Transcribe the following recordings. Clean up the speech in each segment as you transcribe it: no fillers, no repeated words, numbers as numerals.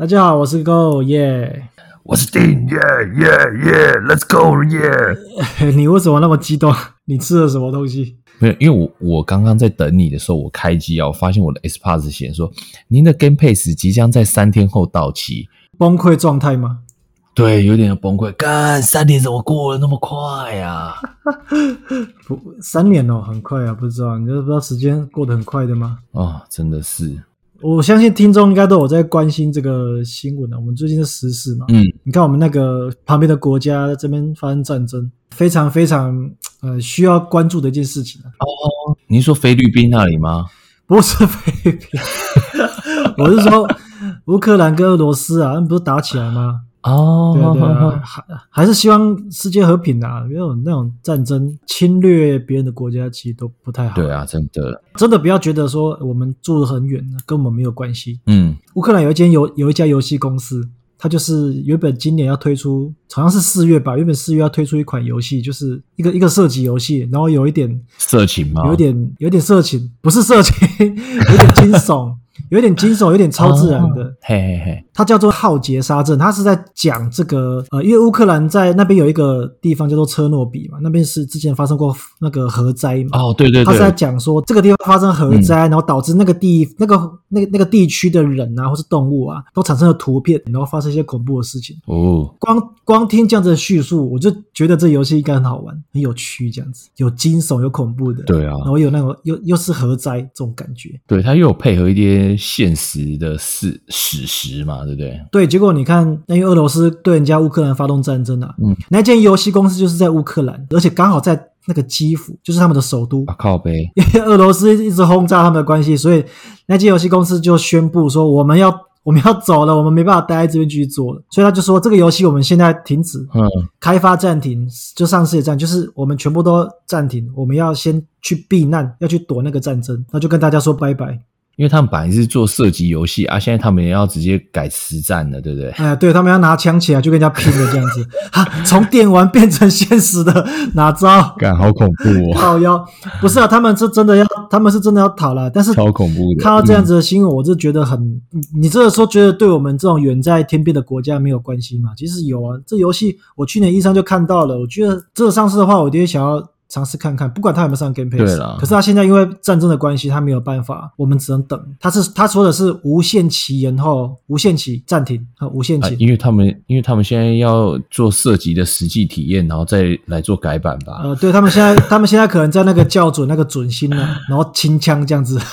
大家好，我是 Go 耶、 我是丁耶耶耶 ，Let's go 耶！ 你为什么那么激动？你吃了什么东西？ 没有，因为我刚刚在等你的时候，我开机啊，我发现我的 S-Pass 显示说您的 Game Pass 即将在3天后到期， 崩溃状态吗？ 对，有点崩溃。干，3年怎么过得那么快啊？ 不，3年哦，很快啊，不知道，你就不知道时间过得很快的吗？ 哦，真的是， 我相信听众应该都有在关心这个新闻啊，我们最近的时事嘛。你看我们那个旁边的国家在这边发生战争，非常非常需要关注的一件事情啊。 哦，您说菲律宾那里吗？ 不是菲律宾，我是说乌克兰跟俄罗斯啊，他们不是打起来吗？ 哦， 对啊，还是希望世界和平啊，没有那种战争侵略别人的国家，其实都不太好。 对啊，真的不要觉得说我们住得很远，跟我们没有关系。乌克兰有一家游戏公司，它就是原本今年要推出，好像是4月吧，原本4月要推出一款游戏，就是一个射击游戏，然后有一点色情吗？ 有点色情，不是色情，有点惊悚。有点惊悚，有点超自然的， 嘿嘿嘿， 它叫做浩劫沙阵，它是在讲这个因为乌克兰在那边有一个地方叫做车诺比嘛，那边是之前发生过那个核灾嘛， 哦，对对对， 它是在讲说这个地方发生核灾，然后导致那个地区的人啊或是动物啊都产生了突变，然后发生一些恐怖的事情。哦，光听这样子的叙述，我就觉得这游戏应该很好玩，很有趣，这样子有惊悚有恐怖的， 对啊， 然后有那种又是核灾这种感觉， 对，它又有配合一些现实的史实嘛，对不对？ 对，结果你看，因为俄罗斯对人家乌克兰发动战争啊，那间游戏公司就是在乌克兰，而且刚好在那个基辅，就是他们的首都。 靠北， 因为俄罗斯一直轰炸他们的关系，所以那间游戏公司就宣布说，我们要走了，我们没办法待在这边继续做了，所以他就说这个游戏我们现在停止，开发暂停，就上市也暂停，就是我们全部都暂停，我们要先去避难，要去躲那个战争，那就跟大家说拜拜。 因为他们本来是做射击游戏啊，现在他们也要直接改实战了，对不对？ 对，他们要拿枪起来就跟人家拼了这样子，从电玩变成现实的，哪招？ 干，好恐怖哦！ 靠腰，不是啊，他们是真的要逃了，但是超恐怖的。 看到这样子的新闻，我是觉得很，你这个时候觉得对我们这种远在天边的国家没有关系吗？其实有啊，这游戏我去年E3就看到了，我觉得这个上市的话，我一定想要尝试看看，不管他有没有上 Game Pass。 对啦， 可是他现在因为战争的关系，他没有办法，我们只能等。他说的是无限期延后、无限期暂停和无限期。 因为他们现在要做射击的实际体验，然后再来做改版吧。 对，他们现在可能在那个校准那个准星呢，然后清枪这样子。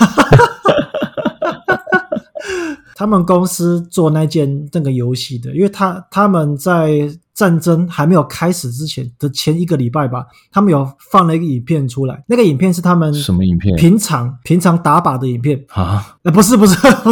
他们公司做那个游戏的，因为他们在战争还没有开始之前的前1个礼拜吧，他们有放了一个影片出来，那个影片是他们什么影片？ 平常打靶的影片啊？ 不是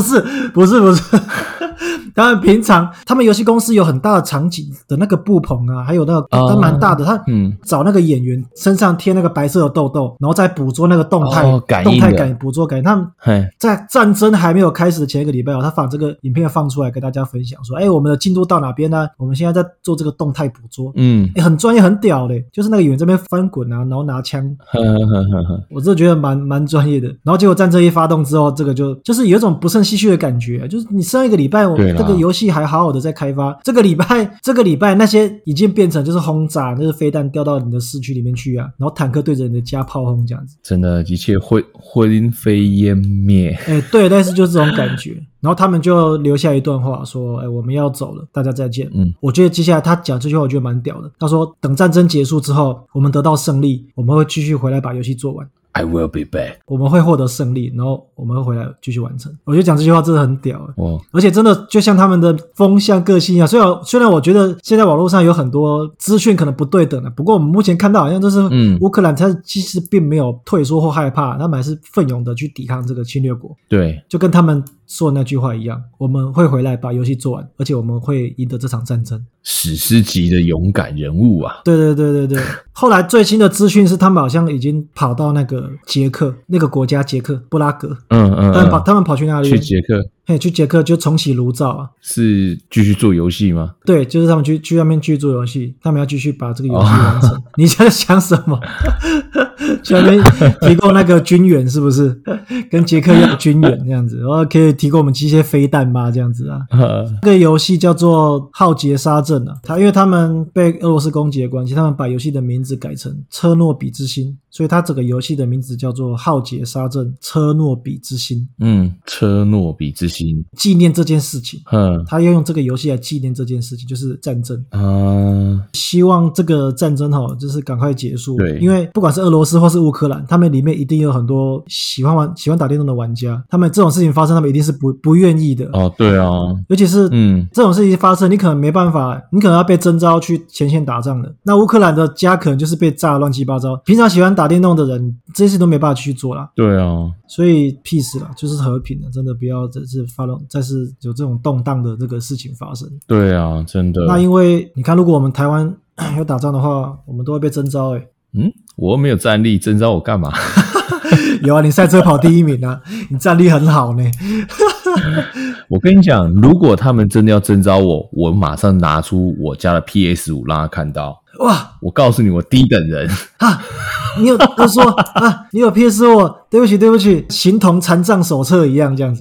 当然平常他们游戏公司有很大的场景的那个布棚啊，还有那个它蛮大的，他找那个演员身上贴那个白色的痘痘，然后再捕捉那个动态捕捉感。他们在战争还没有开始的前1个礼拜他把这个影片放出来跟大家分享说，我们的进度到哪边呢？我们现在在做这个动态捕捉，很专业很屌的，就是那个演员这边翻滚啊，然后拿枪，我真的觉得蛮专业的。然后结果战争一发动之后，这个就是有一种不胜唏嘘的感觉，就是你上1个礼拜这个游戏还好好的在开发，这个礼拜那些已经变成就是轰炸，就是飞弹掉到你的市区里面去啊，然后坦克对着你的家炮轰这样子， 真的一切灰飞烟灭。 对，类似就是这种感觉。然后他们就留下一段话说，我们要走了，大家再见。我觉得接下来他讲这句话我觉得蛮屌的，他说等战争结束之后，我们得到胜利，我们会继续回来把游戏做完。 I will be back。 我们会获得胜利，然后我们会回来继续完成。我觉得讲这句话真的很屌而且真的就像他们的风向个性一样，虽然我觉得现在网络上有很多资讯可能不对等的，不过我们目前看到好像都是乌克兰他其实并没有退缩或害怕，他们还是奋勇的去抵抗这个侵略国。对，就跟他们说的那句话一样，我们会回来把游戏做完，而且我们会赢得这场战争。 史诗级的勇敢人物啊！ 对，后来最新的资讯是他们好像已经跑到那个捷克那个国家，捷克布拉格。他们跑去哪里？ 去捷克。 去捷克就重启炉灶啊。 是继续做游戏吗？ 对，就是他们去那边继续做游戏，他们要继续把这个游戏完成。你在想什么？去那边提供那个军援是不是？跟捷克要军援这样子，然后可以提供我们机械飞弹吗？这样子啊。这个游戏叫做浩劫沙阵啊，因为他们被俄罗斯攻击的关系，他们把游戏的名字改成车诺比之心，所以它整个游戏的名字叫做浩劫沙阵车诺比之心。 车诺比之心， 纪念这件事情。他要用这个游戏来纪念这件事情，就是战争。希望这个战争就是赶快结束。 对， 因为不管是俄罗斯或是乌克兰，他们里面一定有很多喜欢打电动的玩家，他们这种事情发生，他们一定是不愿意的。 对啊， 尤其是这种事情发生，你可能没办法，你可能要被征召去前线打仗的。那乌克兰的家可能就是被炸得乱七八糟，平常喜欢打电动的人，这些事都没办法去做啦。 对啊， 所以 peace 啦，就是和平的，真的不要再是有这种动荡的这个事情发生。 对啊，真的。 那因为你看，如果我们台湾要打仗的话，我们都会被征召我又没有战力，征召我干嘛？ 有啊，你赛车跑第1名啊，你战力很好呢。 我跟你讲，如果他们真的要征召我，我马上拿出我家的 PS5 让他看到。 哇！ 我告诉你，我低等人啊！你有说啊？你有 PS5？对不起，形同残障手册一样这样子。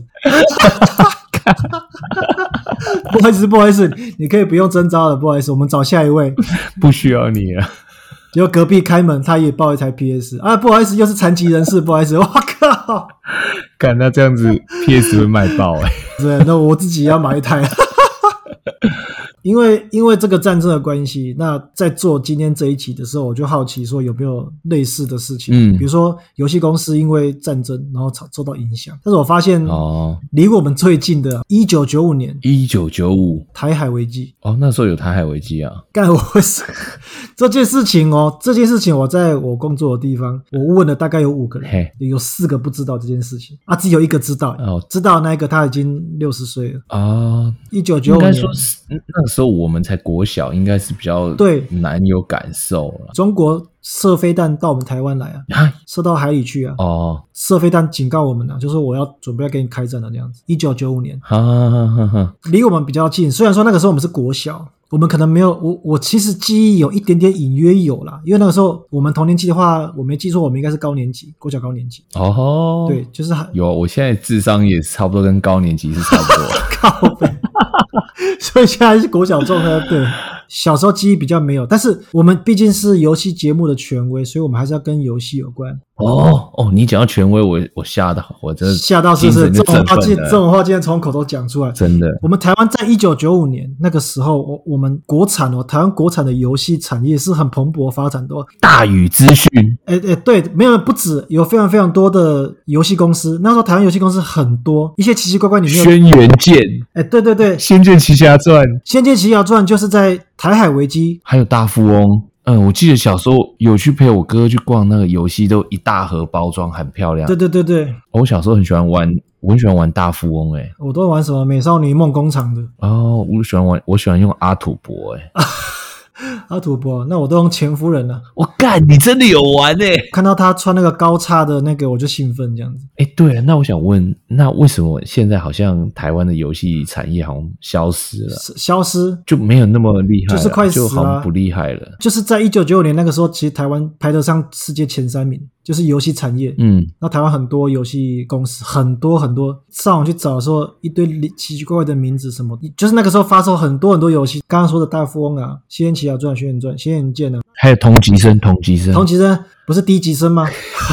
不好意思，你可以不用征召了，不好意思，我们找下一位。 不需要你了。 结果隔壁开门，他也抱一台 PS 啊，不好意思，又是残疾人士，不好意思，我靠！ 看那这样子 PS 会卖爆对，那我自己要买一台。因为这个战争的关系，那在做今天这一集的时候，我就好奇说有没有类似的事情，比如说游戏公司因为战争然后受到影响，但是我发现离我们最近的1995年 1995 台海危机那时候有台海危机啊。 干我这件事情我在我工作的地方，我问了大概有5个人，有4个不知道这件事情啊，只有1个知道知道那一个他已经60岁了1995年应该说那个时候我们才国小，应该是比较难有感受了。 中国射飞弹到我们台湾来射到海里去射飞弹警告我们就是我要准备要给你开战了这样子。1995年离我们比较近，虽然说那个时候我们是国小，我们可能没有我其实记忆有一点点隐约有啦，因为那个时候我们同年级的话，我没记错，我们应该是高年级，国小高年级对，就是有我现在智商也差不多跟高年级是差不多靠北所以现在是国小中对，小时候记忆比较没有，但是我们毕竟是游戏节目的权威，所以我们还是要跟游戏有关。 你讲到权威，我吓到，我真的吓到，是不是？这种话竟然从口头讲出来， 真的。 我们台湾在1995年那个时候，我们国产台湾国产的游戏产业是很蓬勃发展的大宇资讯， 对，没有不止，有非常非常多的游戏公司。那时候台湾游戏公司很多，一些奇奇怪怪，你没有轩辕剑， 对， 仙剑奇侠传， 仙剑奇侠传就是在台海危机， 还有大富翁。我记得小时候有去陪我哥去逛那个游戏，都一大盒包装，很漂亮。 对， 我小时候很喜欢玩大富翁我都玩什么美少女梦工厂的我喜欢用阿土伯阿土伯，那我都用前夫人了。 我干，你真的有玩看到他穿那个高叉的那个我就兴奋这样子。 对了，那我想问，那为什么现在好像台湾的游戏产业好像消失了？ 消失就没有那么厉害了， 就是快死了， 就好像不厉害了。 就是在1995年那个时候，其实台湾排得上世界前3名，就是游戏产业。那台湾很多游戏公司，很多上网去找的时候，一堆奇奇怪怪的名字什么，就是那个时候发售很多游戏。刚刚说的大富翁啊，仙剑奇侠传、轩辕传、仙辕剑啊， 还有同级生不是低级生吗？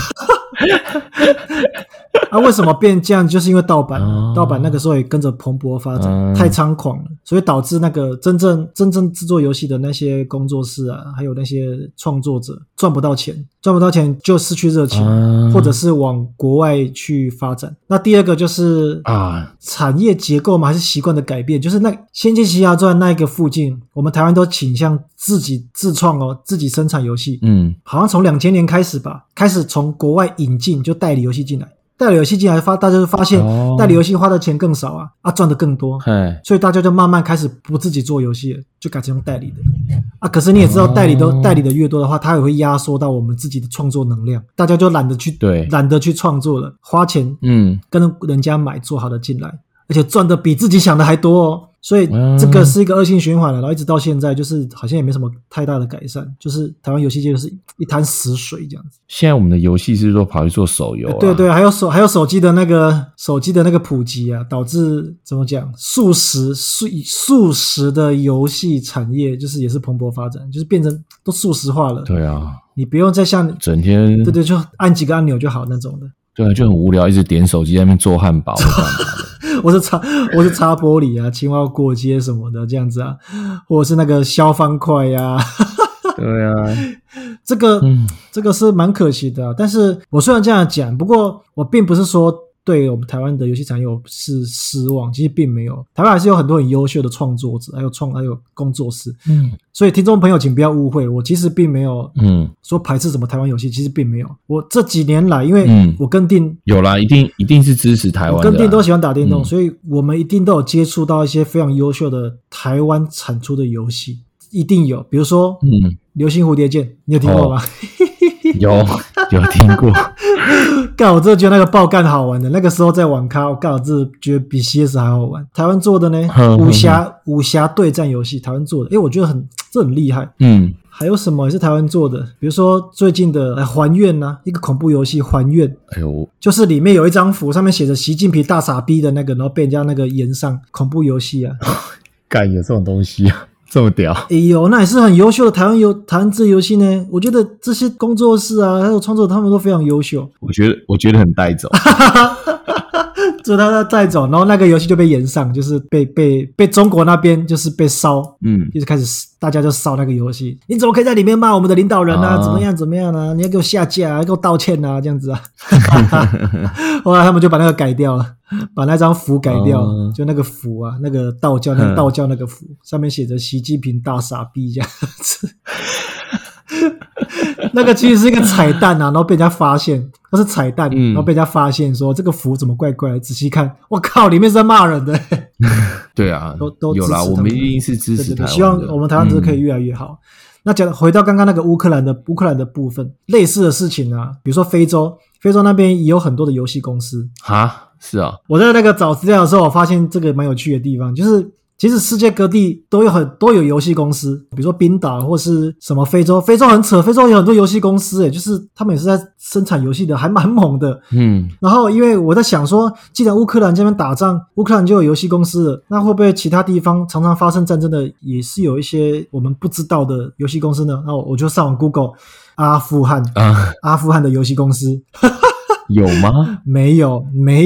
为什么变这样？就是因为盗版那个时候也跟着蓬勃发展，太猖狂了，所以导致那个真正制作游戏的那些工作室啊，还有那些创作者赚不到钱就失去热情，或者是往国外去发展。那第二个就是产业结构嘛，还是习惯的改变，就是那仙剑奇侠传那一个附近，我们台湾都倾向自己自创自己生产游戏。好像从2000年开始吧，开始从国外引进，就代理游戏进来。代理游戏进来大家就发现代理游戏花的钱更少赚的更多，所以大家就慢慢开始不自己做游戏了，就改成用代理的可是你也知道代理的越多的话，它也会压缩到我们自己的创作能量，大家就懒得去创作了，花钱跟人家买做好的进来而且赚的比自己想的还多哦。所以这个是一个恶性循环了，然后一直到现在就是好像也没什么太大的改善，就是台湾游戏界就是一滩死水这样子。 现在我们的游戏是说跑去做手游对对，还有手机的那个普及啊，导致怎么讲素食的游戏产业就是也是蓬勃发展，就是变成都素食化了。 对啊， 你不用再像整天对就按几个按钮就好那种的。 对啊，就很无聊，一直点手机在那边做汉堡我是擦玻璃啊，青蛙过街什么的这样子啊，或者是那个削方块啊。 对啊， 这个是蛮可惜的啊。但是我虽然这样讲，不过我并不是说对我们台湾的游戏产业是失望，其实并没有，台湾还是有很多很优秀的创作者，还有工作室。所以听众朋友请不要误会，我其实并没有说排斥什么台湾游戏，其实并没有。我这几年来，因为我跟定有啦，一定是支持台湾的啦， 我跟定都喜欢打电动，所以我们一定都有接触到一些非常优秀的台湾产出的游戏，一定有。比如说流星蝴蝶剑，你有听过吗？ 有听过。 干，我真的觉得那个爆干好玩的，那个时候在网咖，我干，我真的觉得比 CS 还好玩。台湾做的呢，武侠对战游戏，台湾做的，我觉得这很厉害。还有什么也是台湾做的？比如说最近的还愿啊，一个恐怖游戏还愿，就是里面有一张符，上面写着习近平大傻逼的那个，然后被人家那个延上恐怖游戏啊。 干，有这种东西啊？这么屌？ 那也是很优秀的台湾制游戏呢。我觉得这些工作室啊，还有创作者他们都非常优秀。 我觉得很带走。 就他带走，然后那个游戏就被延上，就是被中国那边就是被烧，就是开始大家就烧那个游戏。你怎么可以在里面骂我们的领导人啊？怎么样啊？你要给我下架啊，要给我道歉啊，这样子啊。后来他们就把那个改掉了，把那张符改掉，就那个符啊，那个道教那个符，上面写着习近平大傻逼这样子。那个其实是一个彩蛋啊，然后被人家发现那是彩蛋，然后被人家发现说这个符怎么怪怪的，仔细看，我靠，里面是在骂人的。 对啊， 都有啦，我们一定是支持台湾的， 希望我们台湾真的可以越来越好。那回到刚刚那个乌克兰的部分，类似的事情啊，比如说非洲那边也有很多的游戏公司啊，是啊， 我在那个找资料的时候，我发现这个蛮有趣的地方，就是其实世界各地都有游戏公司，比如说冰岛或是什么非洲很扯，非洲有很多游戏公司就是他们也是在生产游戏的，还蛮猛的。然后因为我在想说，既然乌克兰这边打仗，乌克兰就有游戏公司了，那会不会其他地方常常发生战争的也是有一些我们不知道的游戏公司呢？那我就上网 Google 阿富汗的游戏公司。 有吗？ 没有。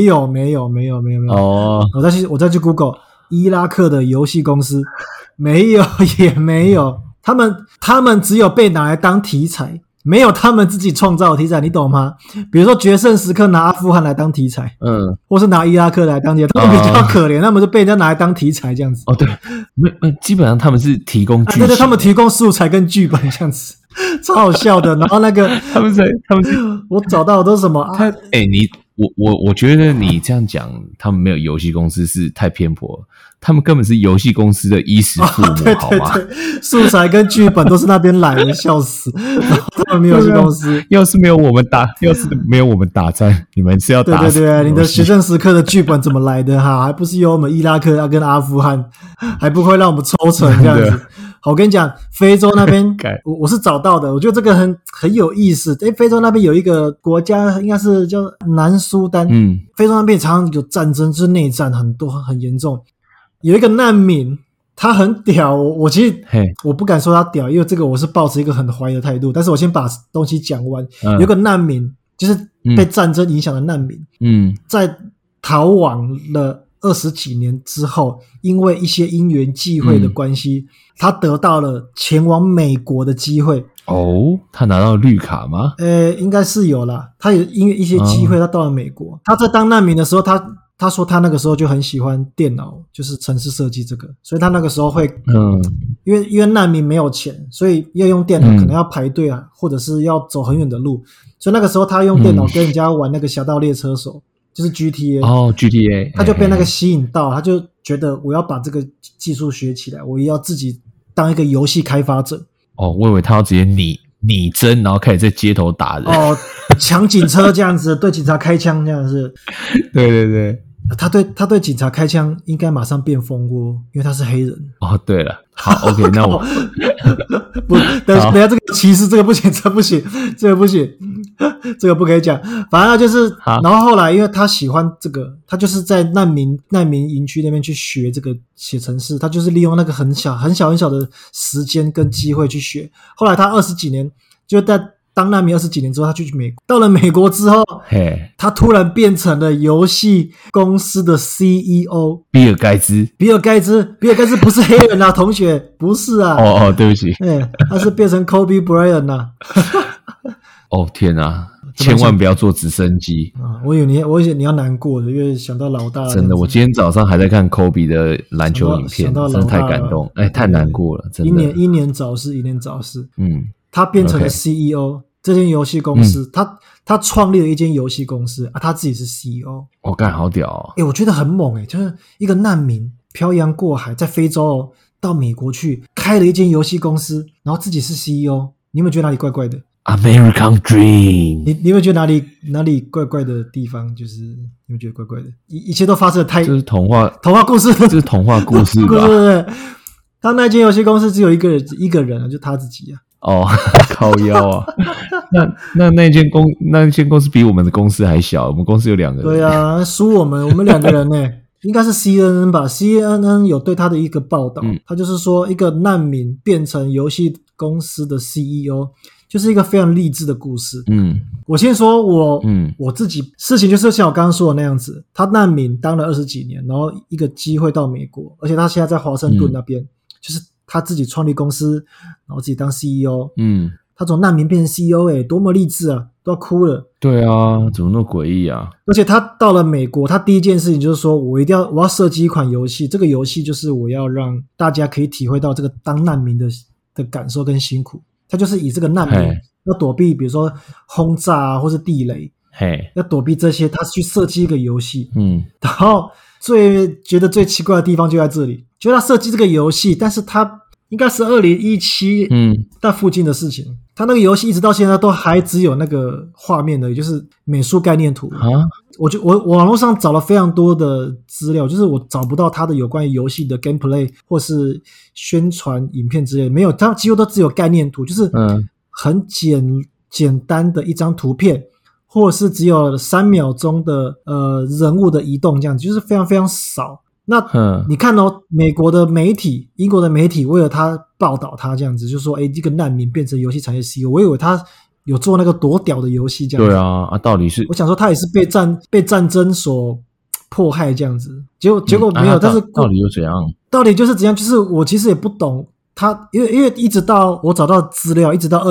我再去 Google 伊拉克的游戏公司，没有，也没有。他们只有被拿来当题材，没有他们自己创造的题材，你懂吗？比如说决胜时刻拿阿富汗来当题材，或是拿伊拉克来当题材，他们比较可怜，他们就被人家拿来当题材这样子。 对，基本上他们是提供剧情， 对，他们提供素材跟剧本这样子，超好笑的。然后那个他们是我找到的都是什么？ 我觉得你这样讲，他们没有游戏公司是太偏颇了。他们根本是游戏公司的衣食父母，好吗？ 对，素材跟剧本都是那边来的，笑死！然后他们没有游戏公司， 要是没有我们打战，你们是要打死？ 对，你的决胜时刻的剧本怎么来的哈？还不是由我们伊拉克跟阿富汗，还不会让我们抽成这样子。好，我跟你讲，非洲那边我是找到的，我觉得这个很有意思。非洲那边有一个国家，应该是叫南苏丹。非洲那边常常有战争，就是内战很多很严重。有一个难民，他很屌，我其实我不敢说他屌，因为这个我是抱持一个很怀疑的态度。但是我先把东西讲完。有一个难民，就是被战争影响的难民，在逃亡了20几年之后，因为一些因缘际会的关系，他得到了前往美国的机会。 他拿到绿卡吗？ 应该是有啦。他有因为一些机会，他到了美国。他在当难民的时候，他说他那个时候就很喜欢电脑，就是程式设计这个，所以他那个时候会，因为难民没有钱，所以要用电脑可能要排队啊，或者是要走很远的路，所以那个时候他用电脑跟人家玩那个侠盗猎车手，就是 GTA。 GTA， 他就被那个吸引到，他就觉得我要把这个技术学起来，我也要自己当一个游戏开发者。 我以为他要直接拟真，然后开始在街头打人。 抢警车这样子，对警察开枪这样子。 对。 他对警察开枪应该马上变蜂窝，因为他是黑人。 哦，对了，好 ，OK， 那我不，等下这个歧视，这个不行，这不行，这个不行，这个不可以讲。反正就是，然后后来因为他喜欢这个，他就是在难民营区那边去学这个写程式，他就是利用那个很小的时间跟机会去学。后来他20几年就在当难民20几年之后，他就去美国。到了美国之后，他突然变成了游戏公司的 CEO。比尔盖茨不是黑人啊，同学，不是啊。 哦，对不起。 他是变成 Kobe Bryant 啊。 哦天啊，千万不要坐直升机啊！我以为你要难过的，因为想到老大。 真的，我今天早上还在看 Kobe 的篮球影片，真的太感动，太难过了，真的。 英年早逝。他变成了 CEO。这间游戏公司，他创立了一间游戏公司啊，他自己是 CEO。 我干，好屌哦！ 我觉得很猛就是一个难民漂洋过海，在非洲到美国去开了一间游戏公司，然后自己是 CEO。你有没有觉得哪里怪怪的 ？American Dream。 你有没有觉得哪里怪怪的地方？就是你有没有觉得怪怪的？一切都发生的太…… 这是童话故事， 这是童话故事吧？ 对。他那间游戏公司只有一个人，就他自己啊。 哦，靠腰啊！那间公司比我们的公司还小，我们公司有2个人。 对啊，输我们2个人呢。应该是 CNN 吧 ，CNN 有对他的一个报道，他就是说一个难民变成游戏公司的 CEO， 就是一个非常励志的故事。我先说我自己事情就是像我刚刚说的那样子，他难民当了20几年，然后一个机会到美国，而且他现在在华盛顿那边，就是他自己创立公司，然后自己当 CEO。他从难民变成 CEO， 多么励志啊，都要哭了。 对啊，怎么那么诡异啊？ 而且他到了美国，他第一件事情就是说我要设计一款游戏，这个游戏就是我要让大家可以体会到这个当难民的感受跟辛苦。他就是以这个难民要躲避比如说轰炸啊或是地雷，要躲避这些，他去设计一个游戏。然后觉得最奇怪的地方就在这里，就他设计这个游戏，但是他应该是2017那附近的事情。他那个游戏一直到现在都还只有那个画面的，就是美术概念图。我网络上找了非常多的资料，就是我找不到他的有关于游戏的 gameplay 或是宣传影片之类的，没有，他几乎都只有概念图，就是很简单的一张图片，或者是只有3秒钟的人物的移动，这样子就是非常非常少。那你看美国的媒体、英国的媒体为了他报道他这样子，就说这个难民变成游戏产业 CEO， 我以为他有做那个多屌的游戏这样子。 对啊，到底是我想说他也是被战争所迫害这样子，结果没有。但是到底又怎样？ 到底就是怎样？就是我其实也不懂他，因为一直到我找到资料，一直到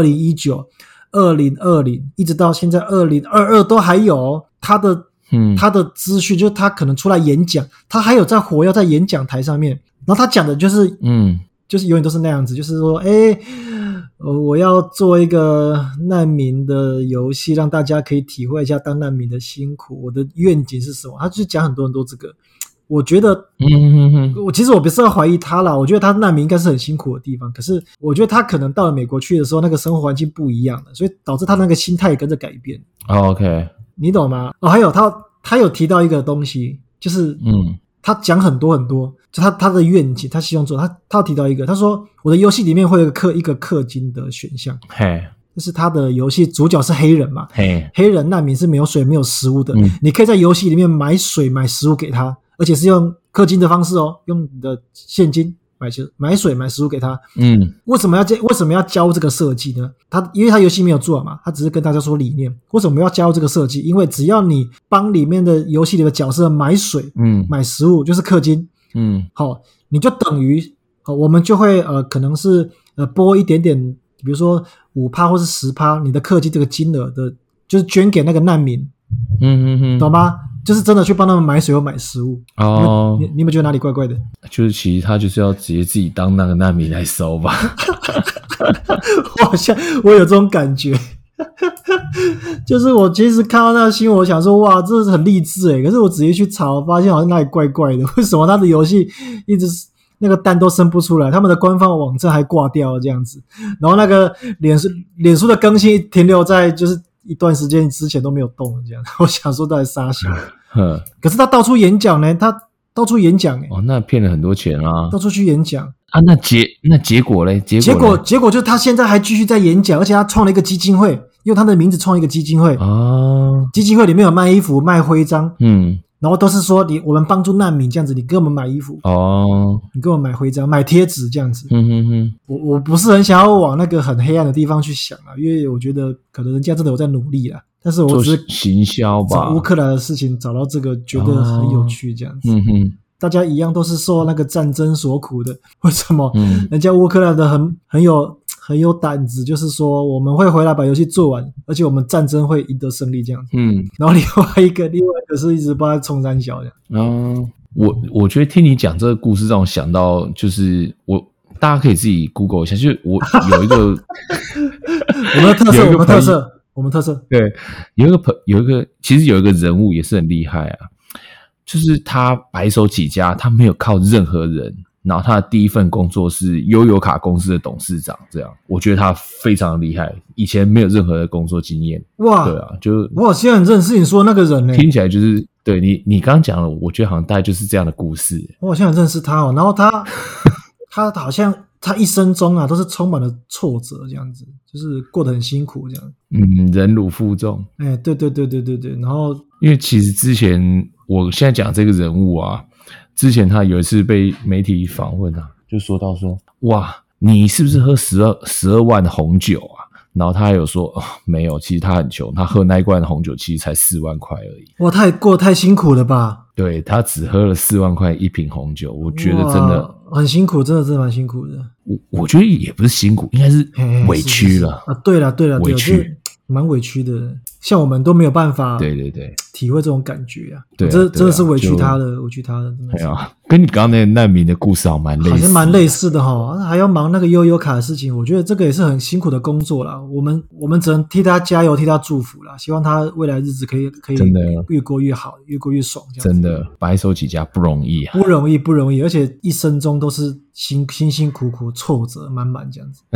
2019、2020，一直到现在2022都还有他的资讯，就是他可能出来演讲，他还有在活跃在演讲台上面，然后他讲的就是就是永远都是那样子，就是说我要做一个难民的游戏，让大家可以体会一下当难民的辛苦，我的愿景是什么，他就讲很多这个。我觉得其实我不是要怀疑他啦，我觉得他难民应该是很辛苦的地方，可是我觉得他可能到了美国去的时候，那个生活环境不一样了，所以导致他那个心态也跟着改变。 OK， 你懂吗？还有他有提到一个东西，就是他讲很多就他的愿景，他希望做，他有提到一个，他说我的游戏里面会有一个氪金的选项，就是他的游戏主角是黑人嘛，黑人难民是没有水没有食物的，你可以在游戏里面买水买食物给他，而且是用氪金的方式用你的现金买水买食物给他。为什么要教这个设计呢？因为他游戏没有做嘛，他只是跟大家说理念。为什么要教这个设计？因为只要你帮里面的游戏里的角色买水买食物，就是氪金。好，你就等于我们就会可能是拨一点点，比如说 5% 或是 10% 你的氪金这个金额的，就是捐给那个难民。懂吗？就是真的去帮他们买水或买食物。你们觉得哪里怪怪的？ 就是其实他就是要直接自己当那个难民来收吧。 我有这种感觉。就是我其实看到那个新闻，我想说哇，这是很励志可是我直接去查，发现好像哪里怪怪的。为什么他的游戏一直那个单都生不出来，他们的官方网站还挂掉了这样子，然后那个脸书的更新停留在就是一段时间之前都没有动了这样。我想说到底傻小。 可是他到处演讲呢， 那骗了很多钱啊， 到处去演讲啊。那结果嘞？结果就是他现在还继续在演讲，而且他创了一个基金会，用他的名字创一个基金会基金会里面有卖衣服、卖徽章，然后都是说我们帮助难民这样子，你给我们买衣服你给我们买徽章、买贴纸这样子。我不是很想要往那个很黑暗的地方去想啊，因为我觉得可能人家真的有在努力啦，但是我只是行销吧， 找乌克兰的事情找到这个觉得很有趣这样子。大家一样都是受那个战争所苦的，为什么人家乌克兰的很有胆子，就是说我们会回来把游戏做完，而且我们战争会赢得胜利这样子。然后另外一个是一直不知道冲三小这样。 我觉得听你讲这个故事让我想到，就是大家可以自己 Google 一下，就是我有一个我们特色对，有一个其实有一个人物也是很厉害啊，就是他白手起家，他没有靠任何人，然后他的第一份工作是悠游卡公司的董事长，这样我觉得他非常厉害，以前没有任何的工作经验。哇，对啊，就我好像很认识你说那个人听起来就是对你刚刚讲了，我觉得好像大概就是这样的故事。 我好像很认识他然后他好像他一生中啊都是充满了挫折这样子，就是过得很辛苦这样。 忍辱负重。 对，然后因为其实之前我现在讲这个人物啊，之前他有一次被媒体访问啊，就说到说，哇，你是不是喝12万的红酒啊？然后他还有说没有，其实他很穷，他喝那一罐红酒其实才4万块而已。 哇，他也过得太辛苦了吧？ 对，他只喝了4万块一瓶红酒，我觉得真的很辛苦，真的蛮辛苦的。 我觉得也不是辛苦，应该是委屈了啊。对了， 委屈， 蛮委屈的。像我们都没有办法， 对， 体会这种感觉啊。 对， 真的是委屈他的。 对啊，跟你刚刚那个难民的故事好像蛮类似的哈。还要忙那个悠游卡的事情，我觉得这个也是很辛苦的工作啦。我们只能替他加油，替他祝福啦。希望他未来日子可以真的越过越好，越过越爽。这样子真的白手起家不容易啊， 不容易，而且一生中都是辛辛苦苦、挫折满满这样子。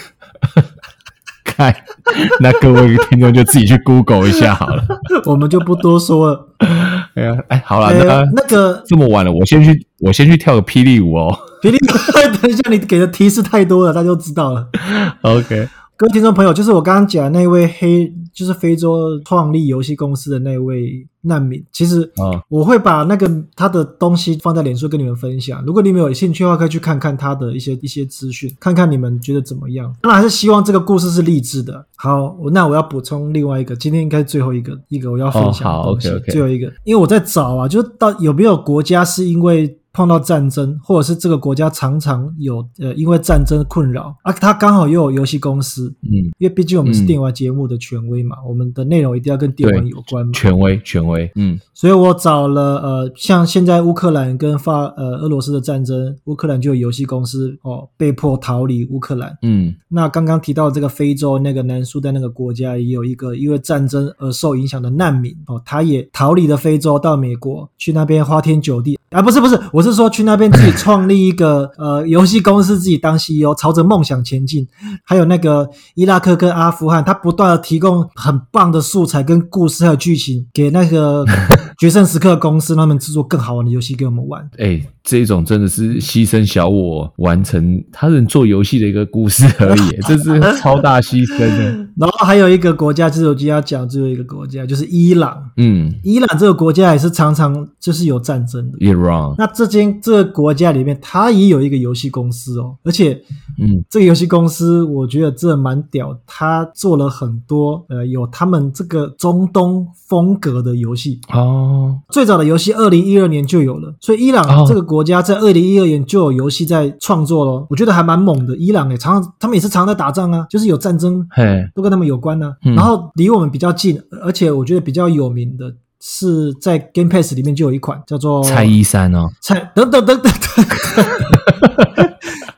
看，那各位听众就自己去 Google 一下好了， 我们就不多说了。 好了， 那个这么晚了，我先去跳个霹雳舞哦。 霹雳舞，等一下，你给的提示太多了，大家就知道了。 OK， 各位听众朋友，就是我刚刚讲的那位就是非洲创立游戏公司的那位难民，其实我会把他的东西放在脸书跟你们分享，如果你们有兴趣的话，可以去看看他的一些资讯，看看你们觉得怎么样。当然还是希望这个故事是励志的。好，那我要补充另外一个，今天应该是最后一个我要分享的东西。 好 OK， 最后一个，因为我在找啊，就是到有没有国家是因为碰到战争，或者是这个国家常常有因为战争困扰啊，他刚好又有游戏公司，因为毕竟我们是电玩节目的权威嘛，我们的内容一定要跟电玩有关嘛， 权威， 所以我找了像现在乌克兰跟俄罗斯的战争，乌克兰就有游戏公司被迫逃离乌克兰，那刚刚提到这个非洲那个南苏丹那个国家也有一个因为战争而受影响的难民他也逃离了非洲到美国，去那边花天酒地啊，不是，我是说去那边自己创立一个游戏公司，自己当 CEO， 朝着梦想前进。还有那个伊拉克跟阿富汗，他不断的提供很棒的素材跟故事还有剧情给那个决胜时刻公司，他们制作更好玩的游戏给我们玩。 这种真的是牺牲小我完成他人做游戏的一个故事而已，这是超大牺牲的。 然后还有一个国家，就是我今天要讲最后一个国家，就是伊朗。伊朗这个国家也是常常就是有战争的。 Iran。 那这个国家里面，它也有一个游戏公司而且这个游戏公司我觉得真的蛮屌，它做了很多有他们这个中东风格的游戏。最早的游戏2012年就有了，所以伊朗这个国家在2012年就有游戏在创作咯，我觉得还蛮猛的。伊朗他们也是常在打仗啊，就是有战争都跟他们有关啊。然后离我们比较近，而且我觉得比较有名的是在 Game Pass 里面就有一款叫做蔡依珊等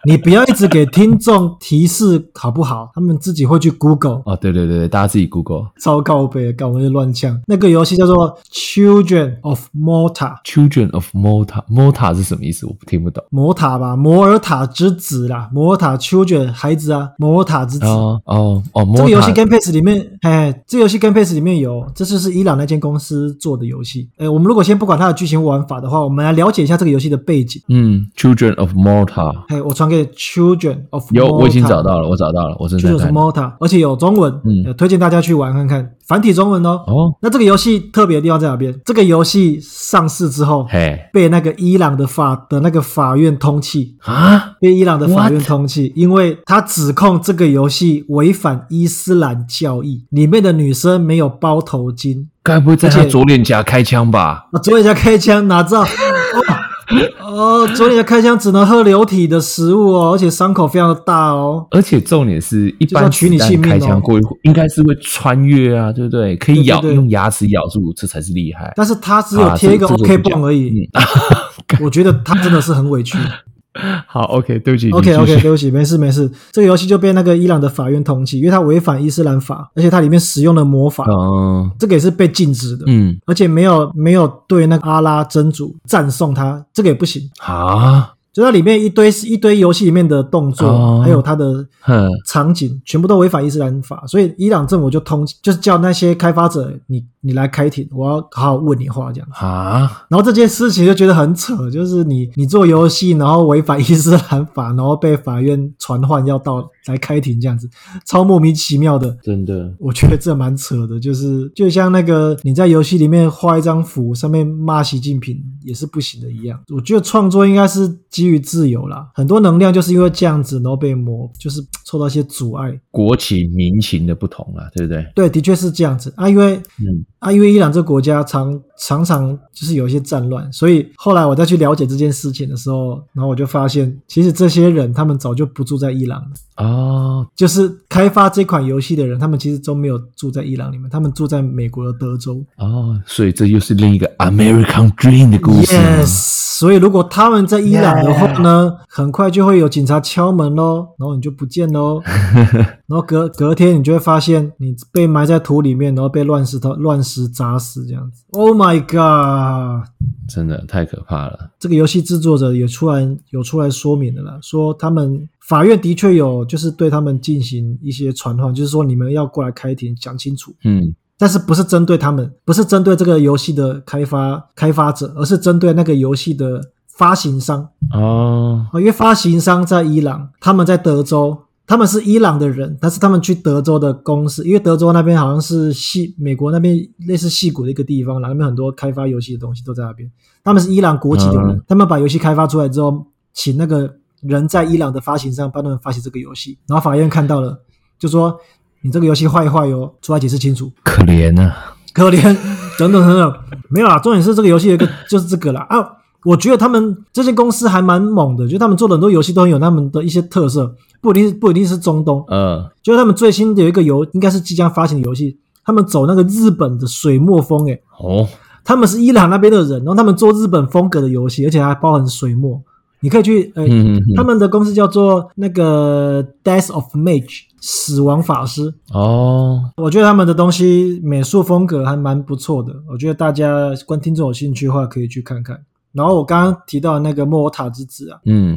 你不要一直给听众提示好不好？他们自己会去 Google。 哦，对对对，大家自己 Google。 超靠北，搞我就乱呛。那个游戏叫做 Children of Morta。Children of Morta 是什么意思？我听不懂。 摩塔吧，摩尔塔之子啦，摩尔塔 Children 孩子啊，摩尔塔之子。这个游戏 Game Pass 里面，这游戏 Game Pass 里面有，这就是伊朗那间公司做的游戏。我们如果先不管它的剧情玩法的话，我们来了解一下这个游戏的背景。 Children of Morta。 我传给 Children of Morta。 有，我已经找到了，我正在看。 Children of Morta， 而且有中文，推荐大家去玩看看，繁体中文哦。那这个游戏特别的地方在哪边？这个游戏上市之后，被那个伊朗的那个法院通缉啊，被伊朗的法院通缉，因为他指控这个游戏违反伊斯兰教义，里面的女生没有包头巾。 该不会在他左脸颊开枪吧？ 左脸颊开枪哪知道？左脸颊开枪只能喝流体的食物哦，而且伤口非常的大哦。 而且重点是一般子弹开枪过应该是会穿越啊，对不对？可以用牙齿咬住，这才是厉害。 但是他只有贴一个 OK 绷而已。我觉得他真的是很委屈。 好 ，OK， 对不起 ，OK， 对不起，没事。这个游戏就被那个伊朗的法院通缉，因为它违反伊斯兰法，而且它里面使用了魔法，这个也是被禁止的，而且没有对那个阿拉真主赞颂他，这个也不行啊。就它里面一堆游戏里面的动作，还有它的场景，全部都违反伊斯兰法，所以伊朗政府就是叫那些开发者，你来开庭，我要好好问你话这样子啊。然后这件事情就觉得很扯，就是你做游戏，然后违反伊斯兰法，然后被法院传唤要到来开庭这样子，超莫名其妙的， 真的， 我觉得这蛮扯的，就像那个你在游戏里面画一张符，上面骂习近平也是不行的一样。我觉得创作应该是基于自由啦，很多能量就是因为这样子，然后被就是受到一些阻碍， 国情民情的不同啦，对不对？ 对，的确是这样子啊，因为伊朗这个国家常常就是有一些战乱，所以后来我再去了解这件事情的时候，然后我就发现，其实这些人他们早就不住在伊朗了就是开发这款游戏的人，他们其实都没有住在伊朗里面，他们住在美国的德州所以这又是另一个 American Dream 的故事。 Yes， 所以如果他们在伊朗的话呢，很快就会有警察敲门咯，然后你就不见咯然后隔天你就会发现你被埋在土里面，然后被乱石砸死这样子。Oh my god， 真的太可怕了。 这个游戏制作者也有出来说明了啦，说他们法院的确有就是对他们进行一些传唤，就是说你们要过来开庭讲清楚。但是不是针对他们，不是针对这个游戏的开发者，而是针对那个游戏的发行商因为发行商在伊朗，他们在德州，他们是伊朗的人，但是他们去德州的公司，因为德州那边好像是美国那边类似矽谷的一个地方，那边很多开发游戏的东西都在那边，他们是伊朗国籍的人，他们把游戏开发出来之后，请那个人在伊朗的发行商帮他们发行这个游戏，然后法院看到了就说你这个游戏坏哟，出来解释清楚。 可怜啊， 可怜，等等，没有啦，重点是这个游戏有一个就是这个啦我觉得他们这间公司还蛮猛的，就他们做的很多游戏都很有他们的一些特色，不一定是中东，就是他们最新的有一个应该是即将发行的游戏，他们走那个日本的水墨风他们是伊朗那边的人，然后他们做日本风格的游戏，而且还包含水墨。你可以去他们的公司叫做那个 Death of Mage 死亡法师我觉得他们的东西美术风格还蛮不错的，我觉得大家听众有兴趣的话可以去看看。然后我刚刚提到的那个莫尔塔之子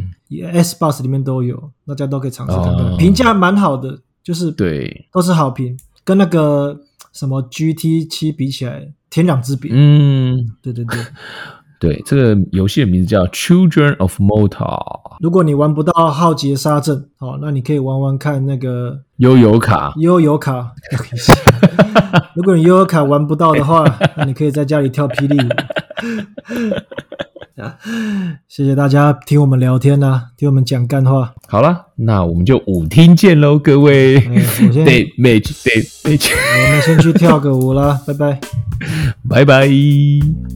Xbox 里面都有，大家都可以尝试看看，评价蛮好的，就是对， 都是好评，跟那个什么 GT7 比起来天壤之别。对对，这个游戏的名字叫 Children of Morta。 如果你玩不到浩劫杀阵那你可以玩玩看那个悠游卡如果你悠游卡玩不到的话那你可以在家里跳霹雳舞谢谢大家听我们聊天听我们讲干话。 好了，那我们就舞厅见咯，各位。Day match 我们先去跳个舞啦，拜拜拜拜。